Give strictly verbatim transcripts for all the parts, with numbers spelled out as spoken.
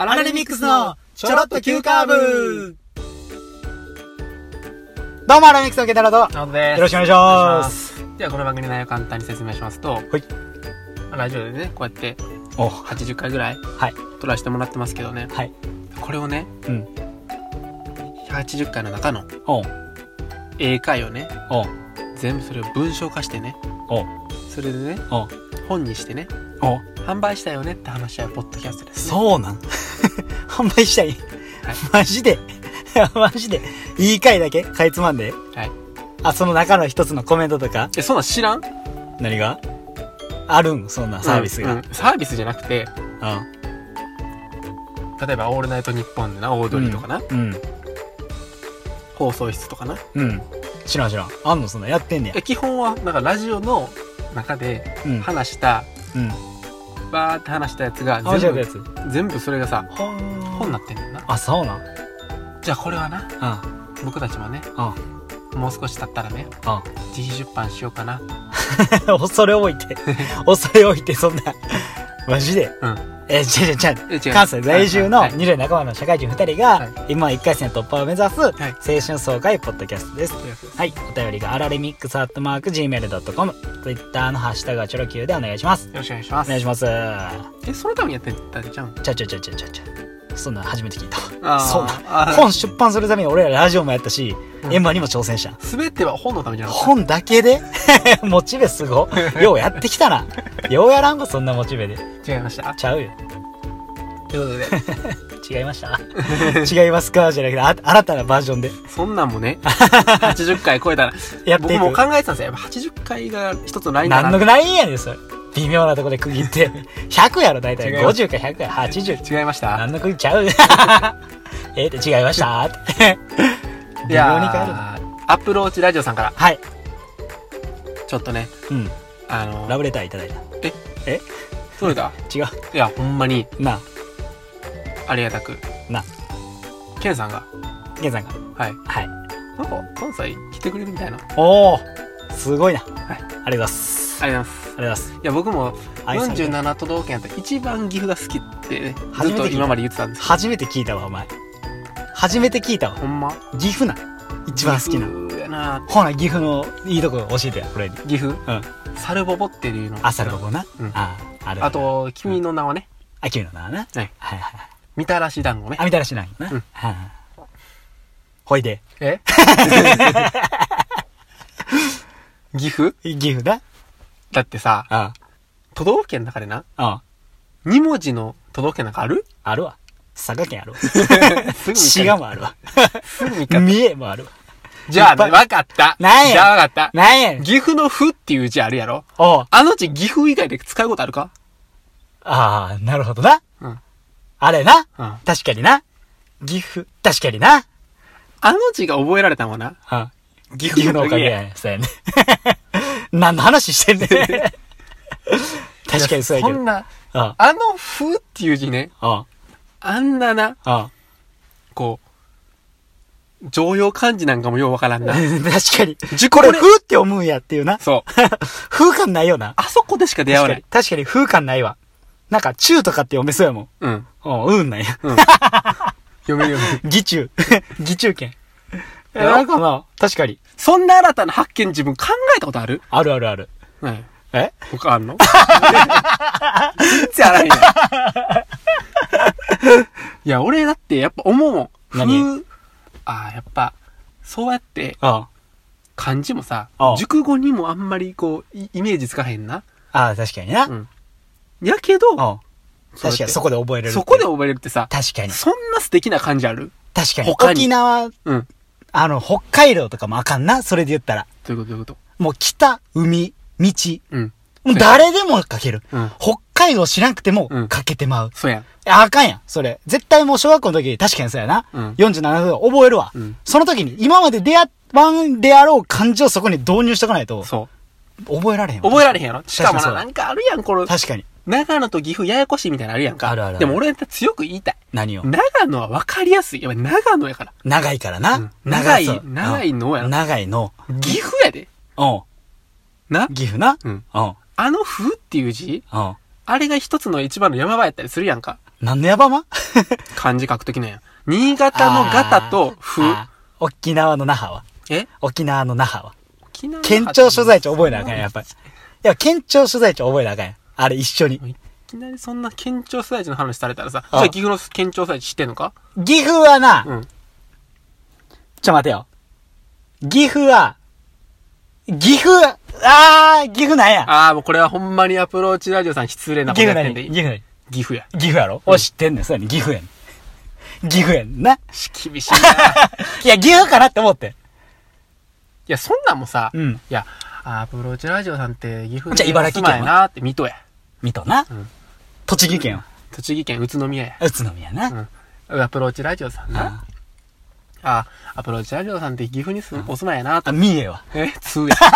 アラレミックスのちょろっと急カーブ。どうもアラレミックスのケタラとなるほどです。 よろしくお願いします。 ではこの番組の内容を簡単に説明しますと、 はい、 ラジオでねこうやっておはちじゅっかいぐらいはい撮らせてもらってますけどね、 はい、 これをね、 うん、 ひゃくはちじゅっかいの中のお英会をねお全部それを文章化してね、 おそれでねお本にしてねお販売したよねって話し合うポッドキャストです、ね、 そうなん販売したい、はい、マジでマジでいい回だけかいつまんで、 はい、 あ、その中の一つのコメントとか、 え、そんなん知らん？ 何があるん？そんなサービスが、 うんうん、サービスじゃなくて、 うん、 例えばオールナイトニッポンでな、オードリーとかな、 うんうん、 放送室とかな、 うん、知らん知らん、あんのそんなやってんねや。 基本はなんかラジオの中で話した、うん、バーって話したやつが全部、 やつ全部それがさ本になってんねんな。 あ、そうなん。 じゃあこれはな、 うん、 僕たちもね、うん、もう少し経ったらね、うん、自費出版しようかな。 恐れ多いて恐れ多いて、そんなマジで、うん、え、違う違う違う、関西在住のにじゅう代半ばの社会人ふたりが、はい、今いっかい戦突破を目指す青春爽快ポッドキャストです、はい、はい、お便りがアラレミックスアットマーク ジーメールドットコム、 Twitter のハッシュタグはチョロ Q でお願いします。 よろしくお願いします。 お願いします。 え、そのためにやってたんじゃん。 ちゃちゃちゃちゃちゃちゃ、そんな初めて聞いたわ。そんな本出版するために俺らラジオもやったし、うん、エンマにも挑戦した。 全ては本のためじゃなかった。 本だけでモチベすごようやってきたな。ようやらんわ、そんなモチベで。 違いました。 ちゃうよ。 ということで違いました違いますかじゃなくて、あ、新たなバージョンでそんなんもねはちじゅっかい超えたらやっていく。僕も考えてたんですよ。やっぱはちじゅっかいが一つのラインだな。 何のラインやねんそれ。微妙なとこで区切ってひゃくやろ大体。ごじゅうかひゃくかはちじゅう。 違いました。 何の区切っちゃうええって違いましたって微妙に変えるな。 アップローチラジオさんから、 はい、 ちょっとね、うん、あのー、 ラブレターいただいた。 ええそれだ違う。 いやほんまになありがたくな、 ケンさんがケンさんがはいはい、 なんか関西来てくれるみたいな。 おおすごいな、はい、ありがとうございます。 ありがとうございます。 ありがとうございます。 いや僕もよんじゅうなな都道府県やったら一番岐阜が好きって、ね、ずっと今まで言ってたんです。 初めて聞いたわお前。初めて聞いたわ。 ほんま岐阜な一番好きな。 岐阜やな。 ほな岐阜のいいとこ教えてや、これに。 岐阜、 うん、 サルボボっていうの。 あ、サルボボな、うん、あある。 あと君の名はね、 あ、君の名はな、はいはいはい、みたらし団子ね。 あ、みたらし団子な、うん、はあ、ほいでえ岐阜岐阜だ。 だってさ、 ああ、 都道府県の中でな、 ああ、 に文字の都道府県なんかある？ あるわ。佐賀県あるわ。 すぐ滋賀もあるわ。 すぐ見か三重もあるわ。 じゃあ、わかった。 なんや。 じゃあわかった。 なんや。 岐阜の府っていう字あるやろ？ おう。 あの字岐阜以外で使うことあるか？ ああ、なるほどな。 うん。 あれな。 うん。 確かにな。岐阜。確かにな。 あの字が覚えられたもんな。 うん。岐阜のおかげやね。そうやね。何の話してんねん。確かにそうやけど。 そんな、 うん、 あの府っていう字ね。 うん。 あんなな。 うん。 こう、常用漢字なんかもようわからんな。 確かに。これ風って思うんやっていうな。 そう。 風感ないよな。 あそこでしか出会わない。 確かに風感ないわ。なんか、中とかって読めそうやもん。 うん。 うん、うんなんや。うん。 読める読める。 義中。義中剣。え、なんかな、確かに。 そんな新たな発見自分考えたことある？ あるあるある。 はい。 え？ 他あんの？全然あらへんやん。いや、俺だってやっぱ思うもん。 何？ ああ、やっぱ、そうやって、 ああ、 漢字もさ、 ああ、 熟語にもあんまりこう、イメージつかへんな。 ああ、確かにな。 うん。やけど、 ああ、確かにそこで覚えれる。 そこで覚えれるってさ、 確かに。 そんな素敵な漢字ある？ 確かに。他に沖縄、うん。あの、北海道とかもあかんな、それで言ったら。 どういうことどういうこと？ もう北、海、道。 うん。 もう誰でも書ける。 うん。 北海道知らなくても書けてまう。 うん、そうやん。 あかんやん。それ。絶対もう小学校の時、確かにそうやな。うん。よんじゅうななど覚えるわ。うん。その時に、今まで出会わんであろう漢字をそこに導入しとかないと。 そう。 覚えられへんわ。 覚えられへんやろ？しかもな、なんかあるやん、これ。 確かに。 長野と岐阜ややこしいみたいなのあるやんか。 あるあるある。 でも俺は強く言いたい。 何を？ 長野は分かりやすい。やっぱ長野やから。 長いからな。うん、 長い、長いのやろ。 長いの。 岐阜やで。 うん。 な？ 岐阜な。 うん。 うん。 あの府っていう字？ うん。 あれが一つの一番の山場やったりするやんか。 何のヤバま漢字書くときなんや。新潟のガタとふ。 沖縄の那覇はえ沖縄の那覇は沖縄県庁所在地覚えなあかんや、やっぱり。いや、県庁所在地覚えなあかんや。あれ一緒に。 いきなりそんな県庁所在地の話されたらさ、じゃあ岐阜の県庁所在地知ってんのか？ 岐阜はな、 うん。 ちょ待てよ。岐阜は、岐阜、あー、岐阜なんや。 あー、もうこれはほんまにアプローチラジオさん失礼なことやってんで。 岐阜何？ 岐阜や。 岐阜やろ、うん、お、知ってんねん。そうやねん。岐阜やねん。岐阜やねんな。 厳しいな。 いや、岐阜かなって思って。 いや、そんなんもさ、 うん。 いや、アプローチラジオさんって岐阜じゃあ茨城県はやなって、水戸や。 水戸な。うん。栃木県は栃木県宇都宮や。 宇都宮な。 うん。アプローチラジオさんな。ああ、アプローチラジオさんって岐阜にす、うん、お住まいやなと。 あ、三重は。 え、通や。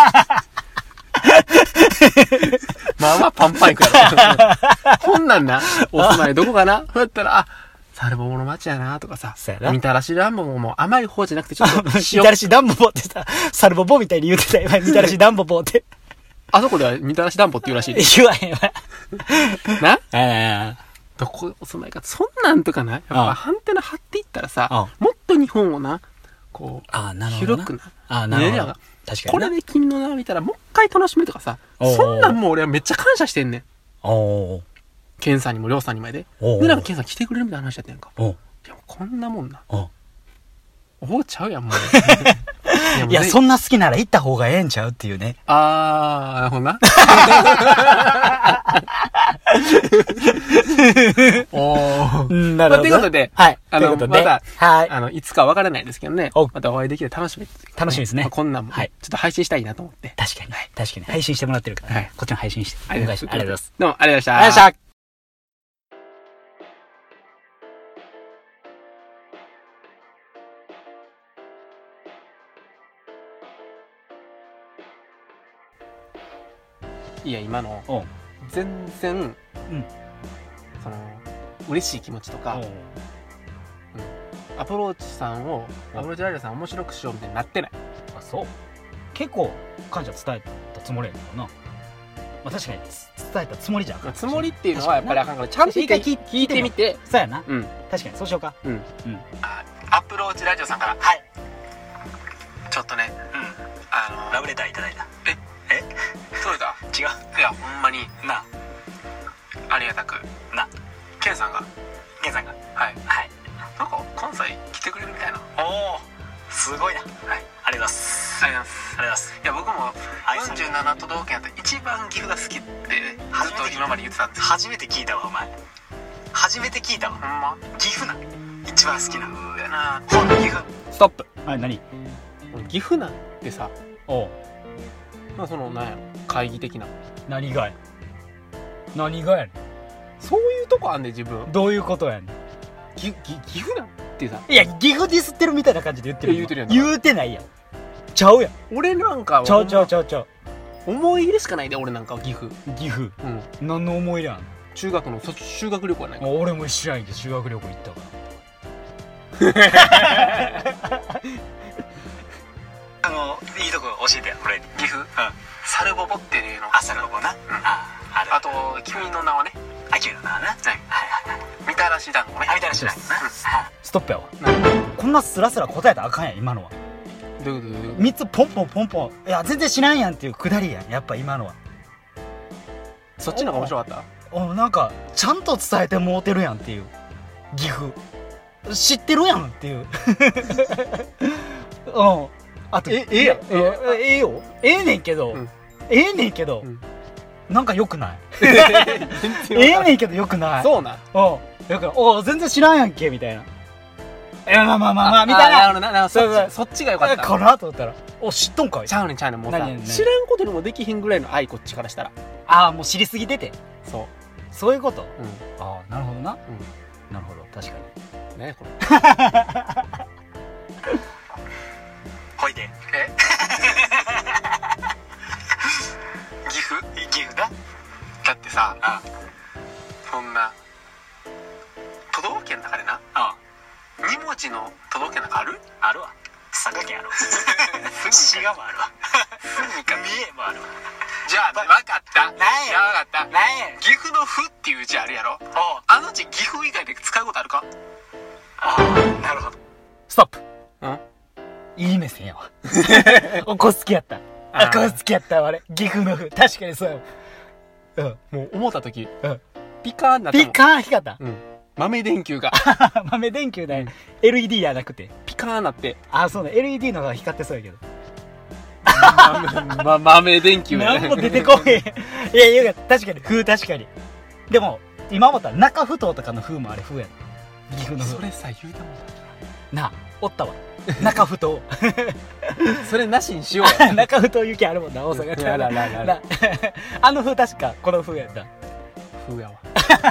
まあまあパンパンいくやろ。ほんなんな、お住まいどこかなそうやったら、あ、サルボボの町やなとかさ、みたらし団子ももう甘い方じゃなくてちょっと塩。 みたらし団子ってさ、サルボボみたいに言ってたよ。みたらし団子って。 あそこではみたらし団子って言うらしい。 言わへんわ。 なああ。 どこお住まいか、そんなんとかな、やっぱハンテナ張っていったらさ、もっと日本をな、こう、 あなるほど広くな。 あなるほど。確かに。 これで君の名を見たらもう一回楽しめとかさ、そんなんもう俺はめっちゃ感謝してんねん。 おー。 ケンさんにもりょうさんにまで。で、なんかケンさん来てくれるみたいな話だったやんか。いや、こんなもんな。おおちゃうやん、もう。 いや、いやそんな好きなら行った方がええんちゃうっていうね。 あー、なるほどな。おー。なるほど。ということで、はい。あの、また、はい。あの、いつかわからないですけどね。またお会いできて楽しみ。 楽しみですね。 こんなんも、はい。ちょっと配信したいなと思って。 確かに。確かに。配信してもらってるから。はい。こっちも配信して。 ありがとうございます。 どうも、 ありがとうございました。 ありがとうございました。 いや、今の、全然、うん、その、嬉しい気持ちとか、うん、アプローチさんを、アプローチラジオさん面白くしようみたいになってない。 あ、そう。結構、感謝伝えたつもりやけどな。まあ確かに伝えたつもりじゃん。 つもりっていうのはやっぱりあかんから、ちゃんと一回聞いてみて。 そうやな。うん。確かに、そうしようか。うん。うん。 アプローチラジオさんから、はい。ちょっとね、うん。あの、 ラブレターいただいた。 ええそうだ違う。 いや、ほんまに。 なありがたく。 なケンさんが。 ケンさんが。 はい。 はい。 なんか、関西来てくれるみたいな。 おおすごいな。はい。ありがとうございます。 ありがとうございます。 ありがとうございます。 いや、僕もよんじゅうなな都道府県やったら一番岐阜が好きって、ずっと今まで言ってたんですよ。 初めて聞いたわ、お前。初めて聞いたわ。 ほんま岐阜な。一番好きな。 うやな。 ほんの岐阜。 ストップ。 はい、何岐阜なんてさ、 おう。 まあその、なんやろ、懐疑的な。 何がや何がやねん。 そういうとこあんねん、自分。 どういうことやねん。 ぎ、ぎ、岐阜なんてさ。 いや、岐阜ディスってるみたいな感じで言ってる。 言うてるやん。 言うてないやん。ちゃうやん。 俺なんかは。 ちゃうちゃうちゃうちゃう。 思い入れしかないで、俺なんかは岐阜。 岐阜。 うん。 何の思い入れあんの？ 中学の修学旅行やないか。 俺も知らんけど修学旅行行ったから。あの、いいとこ教えてや、これ。 岐阜。うん。サルボボっていうの。 あ、サルボボな。うん。 あ、ある。あと、君の名はね。 あ、君の名はな。はいはいはい。みたらし団子ね。 みたらし団子な。ストップやわ。こんなスラスラ答えたらあかんやん、今のは。 どういうことどういうこと？ みっつポンポンポンポン。いや、全然知らんやんっていうくだりやん、やっぱ今のは。 そっちの方が面白かった？ お、なんか、ちゃんと伝えてもうてるやんっていう。岐阜。知ってるやんっていう。うん。あと、 え、ええやん。 え、ええよ。ええねんけど、ええねんけど、なんか良くない？ええねんけど良くない？ そうな。 うん。だから、お、全然知らんやんけ、みたいな。いや、まあまあまあまあ、みたいな。 なるほど、そっちが良かった。 かなと思ったら、お、知っとんかい？ ちゃうねんちゃうねん、もうさ、知らんことにもできひんぐらいの愛、こっちからしたら。 ああ、もう知りすぎてて。 そう。 そういうこと？ うん。 ああ、なるほどな。うん。なるほど、確かに。 ねこれ。 ほいで。 え岐阜岐阜だだってさ、 ああそんな都道府県の中でな、 ああに文字の都道府県なんかある？ あるわ。佐賀県あるわ。滋賀もあるわ。 すぐか三重もあるわ。 じゃあ分かった。 なんやじゃあ分かった。 なんや岐阜の府っていう字あるやろ。あの字岐阜以外で使うことあるか。 ああ、なるほど。ストップ。 うんいい目線やわ。おこ好きやった。あこ好きやったあれ。岐阜の府。確かにそうやわ。 うん。もう思った時、 うん、 ピカーンなったもん。 ピカーン光った。 うん。豆電球が。 豆電球だよ。エルイーディー やなくて。 ピカーンなって。 あ、そうね。エルイーディー の方が光ってそうやけど。 ま、豆電球や。なんも出てこへん。いや、いや、確かに、風確かに。でも、今思ったら中ふ頭とかの風もあれ風やん。岐阜の風。 それさ、言うたもんなあ、おったわ。中ふ頭。 それなしにしようや。 中ふ頭行きあるもんな、大阪。 やらららら。 あの風確か、この風やった。 風やわ。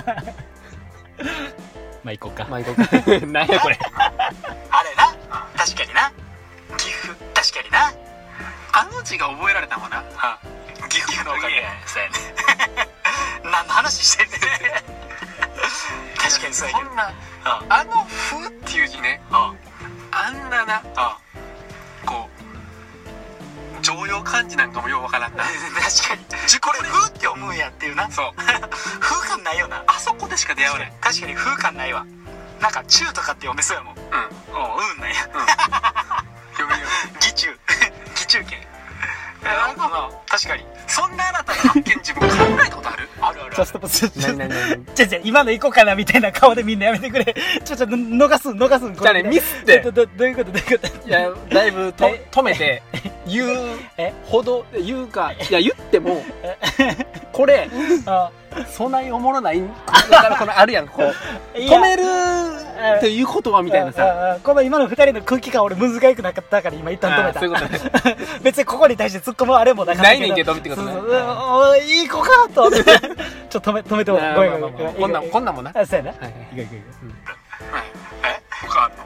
まあ行こうか。 まあ行こうか。なんやこれ。 あれな。確かにな。岐阜、確かにな。 あの字が覚えられたもんな。 岐阜のおかげや。そうやね。何の話してんねん。確かにそうやけど。 そんな、あの風っていう字ね。あんなな、こう、常用漢字なんかもようわからんな。 確かに。これ風って思うんやっていうな。 そう。 風感ないよな。 あそこでしか出会わない。 確かに風感ないわ。なんか中とかって読めそうやもん。うん。おう、うんなんや。 読めるよ。 義中。義中剣。 なんかな、 確かに。 そんなあなたの発見自分考えたことある？ あるある。ちょっとちょっとちょちょちょ今の行こうかなみたいな顔でみんなやめてくれ。ちょちょ逃す逃す。 じゃあねミスって。 どどどういうことどういうこと。 いやだいぶと止めて言うほど言うかいや言ってもこれそんなにおもろないだからこのあるやんこう止めるっていうことはみたいなさ。 この今のふたりの空気感俺難しくなかったから今一旦止めた。 そういうことね。 別にここに対して突っ込むあれもなかったけど。 ないねんけどってことね。 おいい子かと思って。ちょっと止め止めてもごめんごめん。 こんなんこんなんもな。 そうやな。いこういこういこう。 え？他あんの？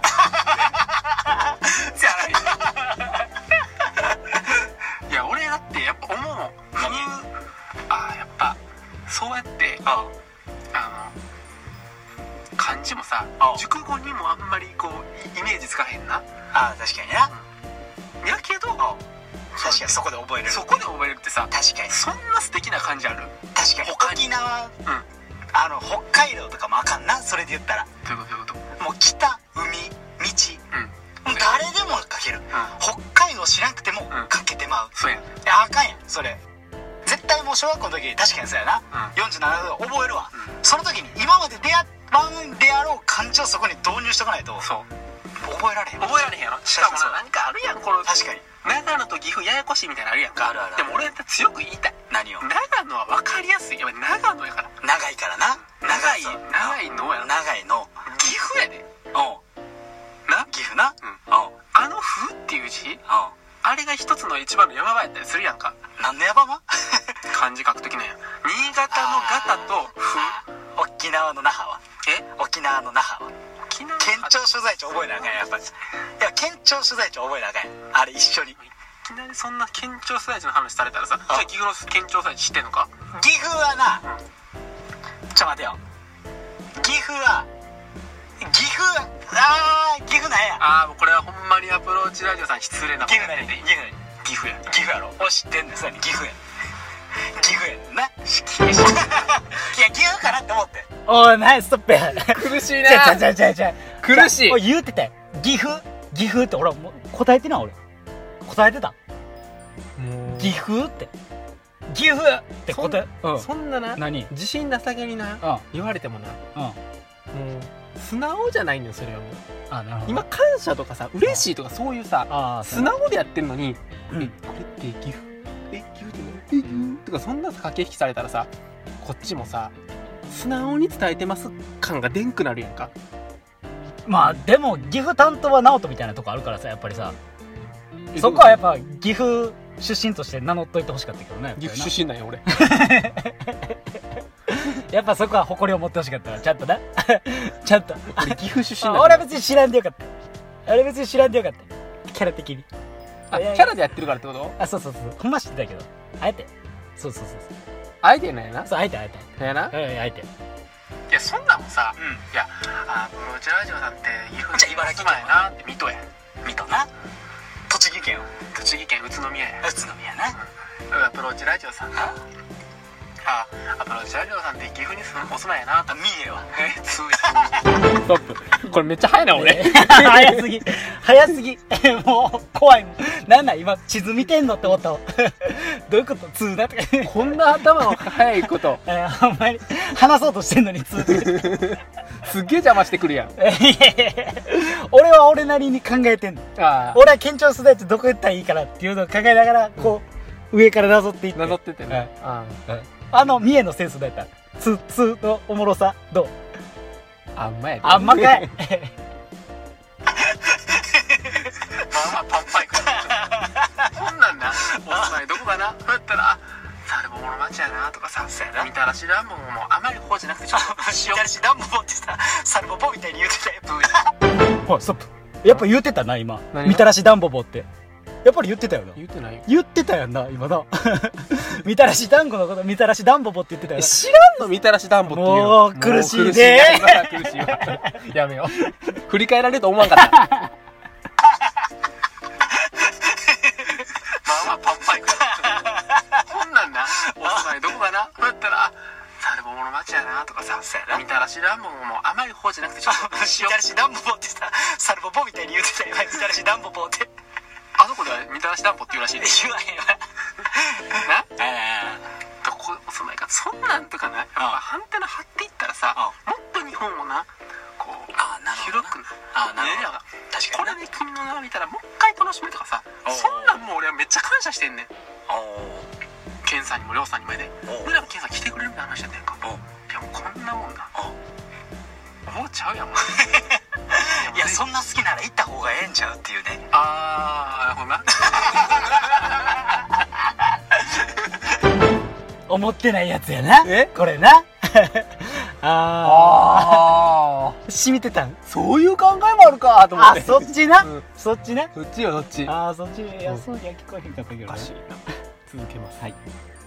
じゃない。いや俺だってやっぱ思うもん。あやっぱそうやってあの漢字もさ熟語にもあんまりこうイメージつかへんな。 あ確かにな。 やけど確かにそこで覚えれる。 そこで覚えれるってさ確かにそんな素敵な感じある。 確かに沖縄、あの北海道とかもあかんなそれで言ったら。 どういうことどういうこと。 もう北海道、誰でも書ける。北海道知らなくても書けてまう。 そうや。 いやあかんやんそれ。絶対もう小学校の時確かにそうやな。よんじゅうななど覚えるわ。その時に今まで出会わんであろう漢字をそこに導入しとかないと覚えられへん。 覚えられへんやろ。しかも何かあるやんこの。 確かに長野と岐阜ややこしいみたいなのあるやんか。 あるある。 でも俺って強く言いたい。 何を。 長野は分かりやすい。やっぱ長野やから。 長いからな。 長い長いのや。 長いの岐阜やで。 おうな岐阜な。 うん。あの風っていう字。あれが一つの一番の山場やったりするやんか。 何の山場？ 漢字書くときなんや。新潟のガタと風。 沖縄の那覇は。 え？ 沖縄の那覇は。 沖縄。 県庁所在地覚えなあかんやっぱり。いや県庁所在地覚えなあかんや。あれ一緒に。いきなりそんな県庁所在地の話されたらさ、じゃあ岐阜の県庁所在地知ってんのか？ 岐阜はな、ちょ待てよ。岐阜は岐阜あー岐阜なんや。 ああもうこれはほんまにアプローチラジオさん失礼な岐阜なんや。 岐阜や岐阜やろ。お知ってんねん。そうやね岐阜や岐阜やんな。いや岐阜かなって思って。おいナイスストップや。 苦しいな。 ちゃちゃちゃちゃ苦しい。 おい言うてたよ。岐阜岐阜ってほらもう答えてな俺。答えてた。岐阜って岐阜って答え。 そん、うん、そんなな何自信なさげにな、うん、言われてもな、うん、もう素直じゃないんだよそれはもう。あなるほど。今感謝とかさ嬉しいとかそういうさあ素直でやってんのに、うん、えこれって岐阜え岐阜って何え岐阜とかそんな駆け引きされたらさこっちもさ素直に伝えてます感がでんくなるやんか。まあでも岐阜担当は直人みたいなとこあるからさやっぱりさそこはやっぱ岐阜出身として名乗っといてほしかったけどね。岐阜出身なんや俺。やっぱそこは誇りを持ってほしかったちゃんとな。ちゃんと俺岐阜出身なんや。俺は別に知らんでよかった。俺別に知らんでよかったキャラ的に。あキャラでやってるからってこと？あそうそうそうほんま知ってたけどあえてそうそうそうそうあえてなんやな。そうあえてあえてなんやな。うんあえて。いやそんなんもさ、うん、いやあプロチラジオさんって岐阜じゃ茨城県やなって水戸や水戸な。栃木県栃木県宇都宮や宇都宮な、うん、 プローチラジオさんな。あ、アプローチラジオさんって岐阜にお住まいやな。あ、 三重はえ、つーやストップ。これめっちゃ早いな俺。 早すぎ早すぎもう怖いもん。なんだ今地図見てんのって思ったわ。どういうこと？ツーだって。 こんな頭の早いこと。 えー、ほんまに話そうとしてんのにツー。 すっげえ邪魔してくるやん。 俺は俺なりに考えてんの。 あ俺は県庁所在ってどこ行ったらいいかなっていうのを考えながらこう、うん、上からなぞっていってなぞっててね。 あああの三重のセンスだったらツツのおもろさどう？ あんまやで。 あんまかい。 まあまあパンパイか。こんなんな。お住まいどこかな？だったらサルボモの町やなとかさ、みたらし団子もあまりこうじゃなくてちょっとみたらし団子ってさ、サルボボみたいに言うてたよ。はい、ストップ。やっぱ言うてたな今。みたらし団子ってやっぱり言ってたよな。 言ってないよ。 言ってたよな今な。みたらし団子のことみたらし団子って言ってたよな。 知らんのみたらし団子っていうの。 もう苦しいね。 苦しいわ。やめよう。振り返られると思わんかった。まあまあパンパイか。こんなんな。お住まいどこかな？だったらサルボモの町やなとかさ、みたらし団子もあまりこうじゃなくてちょっとみたらし団子ってさ、サルボボみたいに言ってたよ。みたらし団子って。 あそこではみたらし団子って言うらしいで。 言わへんわ。 な？どこお住まいか、そんなんとかな、やっぱハンテナ張っていったらさ、もっと日本をな、こう広くな、 なるほど。 確かに。これで君の名を見たらもう一回楽しめとかさ、そんなんもう俺はめっちゃ感謝してんねん。ケンさんにもりょうさんにもやで。俺らもケンさん来てくれるみたいな話やったやんか。いやもうこんなもんな。もうちゃうやん。 いやそんな好きなら行った方がええんちゃうっていうね。 あー、なるほどな。 思ってないやつやな。 えこれな。ああ。染みてたん。 そういう考えもあるかと思って。 あ、そっちな。そっちな。 そっちよ、そっち。 ああ、そっち。いや、そうには聞こえへんかったけどね。 おかしいな。続けます。はい。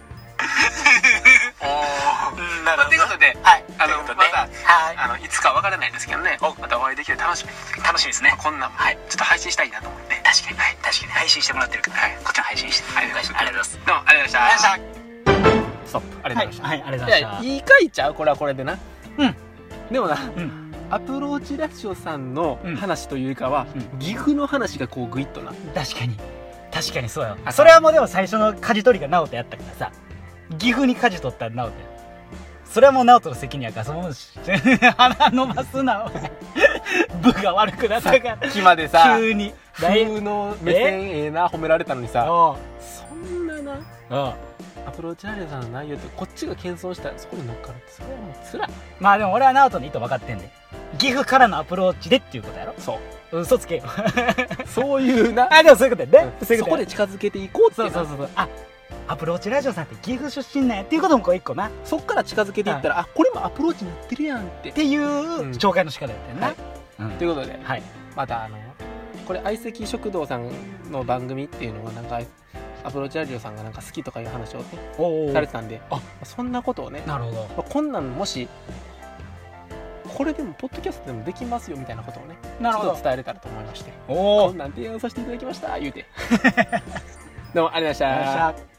なるほど。 ということで、 はい。 あのまたあのいつかわからないですけどね。またお会いできて楽しみ。 楽しみですね。 こんなんはい。ちょっと配信したいなと思って。 確かに。はい。確かに配信してもらってるから。はい。こっちも配信して。 ありがとうございます。 どうもありがとうございました。ありがとうございました。 ストップ。ありがとうございました。 はい。ありがとうございました。 いいかいちゃうこれはこれでな。 うん。 でもな。アプローチラジオさんの話というかは、岐阜の話がこうグイッとな。 確かに確かにそうよ。それはもうでも最初の舵取りが直人やったからさ、岐阜に舵取ったら直人や。それはもう直人の責任やから、その鼻伸ばすなお前。部が悪くなったからさっきまでさ急に風の目線ええな褒められたのにさ、そんななアプローチラジオさんの内容ってこっちが謙遜したらそこに乗っかるって、それはもうつらい。 まあでも俺は直人の意図分かってんで、岐阜からのアプローチでっていうことやろ。 そう嘘つけよ。 そういうな。 あ、でもそういうことやね。 そこで近づけていこうっていう。 そうそうそう。あ、アプローチラジオさんって岐阜出身なんやっていうこともこう一個な。 そっから近づけていったら、あ、これもアプローチになってるやんってっていう紹介の仕方やったよな。 ということで、 はい、 またあのこれ相席食堂さんの番組っていうのがなんかアプローチラジオさんがなんか好きとかいう話をねされてたんで、あ、そんなことをね、 なるほど、 こんなんもしこれでもポッドキャストでもできますよみたいなことをね、 なるほど、 ちょっと伝えれたらと思いまして、 おこんなん提案させていただきました言うて。どうもありがとうございました。